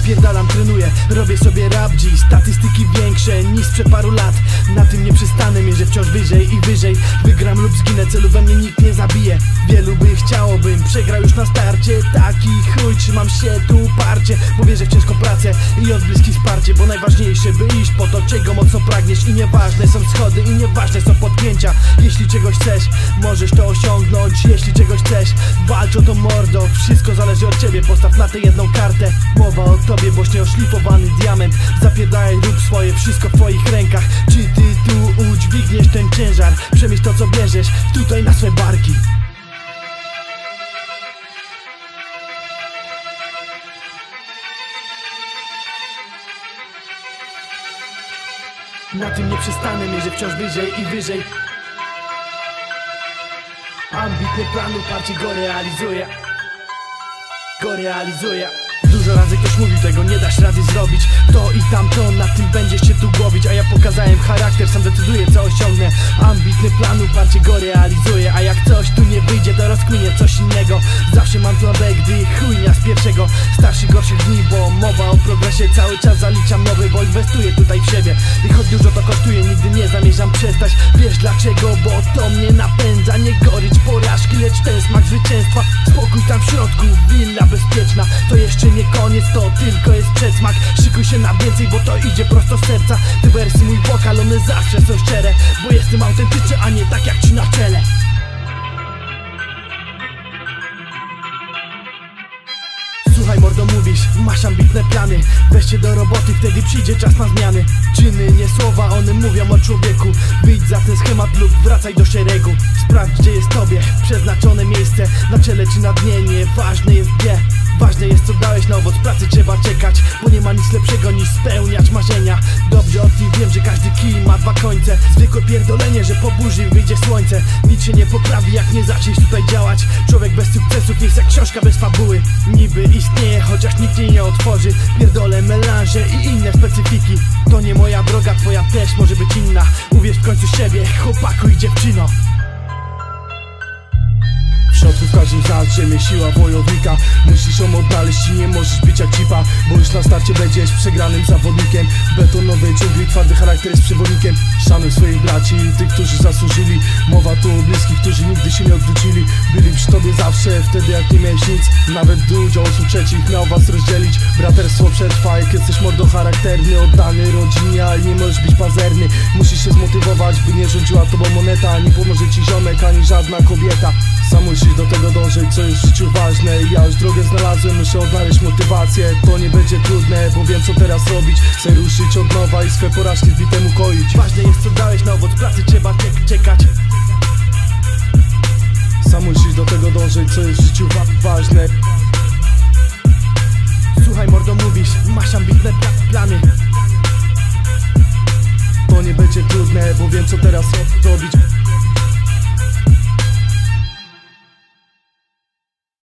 napierdalam, trenuję, robię sobie rap dziś. Statystyki większe niż sprzed paru lat. Na tym nie przestanę, mierzę wciąż wyżej i wyżej. Wygram lub zginę, celu we mnie nikt nie zabije. Wielu by chciało, bym przegrał już na starcie. Taki chuj, trzymam się tu uparcie, bo wierzę w ciężką pracę i od bliskich wsparcie. Bo najważniejsze, by iść po to, czego mocno pragniesz. I nieważne są schody i nieważne są potknięcia. Jeśli czegoś chcesz, możesz to osiągnąć. Jeśli czegoś chcesz, walcz o to mordo. Wszystko zależy od ciebie, postaw na tę jedną kartę. Mowa o tobie, boś nie oszlifowany diament. Zapierdaj, rób swoje, wszystko w twoich rękach. Czy ty tu udźwigniesz ten ciężar? Przemyśl to, co bierzesz tutaj na swe barki. Na tym nie przestanę, mierzę wciąż wyżej i wyżej. Ambitny plan, uparcie go realizuję. Dużo razy ktoś mówił, tego nie dasz rady zrobić. To i tamto, nad tym będziesz się tu głowić. A ja pokazałem charakter, sam decyduję, co osiągnę. Ambitny plan, uparcie go realizuję. A jak coś tu nie wyjdzie, to rozkminię coś innego. Zawsze mam plan B, gdy chujnia z pierwszego. Starszych, gorszych dni, bo mowa o progresie. Cały czas zaliczam nowy, bo inwestuję tutaj w siebie. I choć dużo to kosztuje, nigdy nie zamierzam przestać. Wiesz dlaczego? Bo to mnie napędza. Nie gorycz porażki, lecz ten smak zwycięstwa. Spokój tam w środku, willa bezpieczna. To jeszcze nie koniec, to tylko jest przedsmak. Szykuj się na więcej, bo to idzie prosto z serca. Te wersy, mój wokal, one zawsze są szczere. Bo jestem autentyczny, a nie tak jak ci na czele. Słuchaj mordo, mówisz, masz ambitne plany. Weź się do roboty, wtedy przyjdzie czas na zmiany. Czyny, nie słowa, one mówią o człowieku. Wyjdź za ten schemat lub wracaj do szeregu. Sprawdź, gdzie jest tobie przeznaczone miejsce. Na czele czy na dnie, nieważne jest gdzie. Ważne jest, co dałeś, na owoc pracy trzeba czekać. Bo nie ma nic lepszego niż spełniać marzenia. Dobrze o tym wiem, że każdy kij ma dwa końce. Zwykłe pierdolenie, że po burzy wyjdzie słońce. Nic się nie poprawi, jak nie zaczniesz tutaj działać. Człowiek bez sukcesów jest jak książka bez fabuły. Niby istnieje, chociaż nikt jej nie otworzy. Pierdolę, melanże i inne specyfiki. To nie moja droga, twoja też może być inna. Uwierz w końcu siebie, chłopaku i dziewczyno. W środku w każdym z nas drzemie siła wojownika. Musisz ją odnaleźć i nie możesz być jak cipa. Bo już na starcie będziesz przegranym zawodnikiem. W betonowej dżungli twardy charakter jest przewodnikiem. Szanuj swoich braci i tych, którzy zasłużyli. Mowa tu o bliskich, którzy nigdy się nie odwrócili. Byli przy tobie zawsze, wtedy jak nie miałeś nic. Nawet gdy udział osób trzecich miał was rozdzielić. Braterstwo przetrwa, jak jesteś mordo charakterny. Oddany rodzinie, ale nie możesz być pazerny. Musisz się zmotywować, by nie rządziła tobą moneta. Ani pomoże ci ziomek, ani żadna kobieta. Sam musisz do tego dążyć, co jest w życiu ważne. Ja już drogę znalazłem, muszę odnaleźć motywację. To nie będzie trudne, bo wiem co teraz robić. Chcę ruszyć od nowa i swe porażki zbitem ukoić. Ważne jest, co dałeś, na owoc pracy trzeba czekać. Sam musisz do tego dążyć, co jest w życiu ważne. Słuchaj mordo, mówisz, masz ambitne plany. To nie będzie trudne, bo wiem co teraz robić.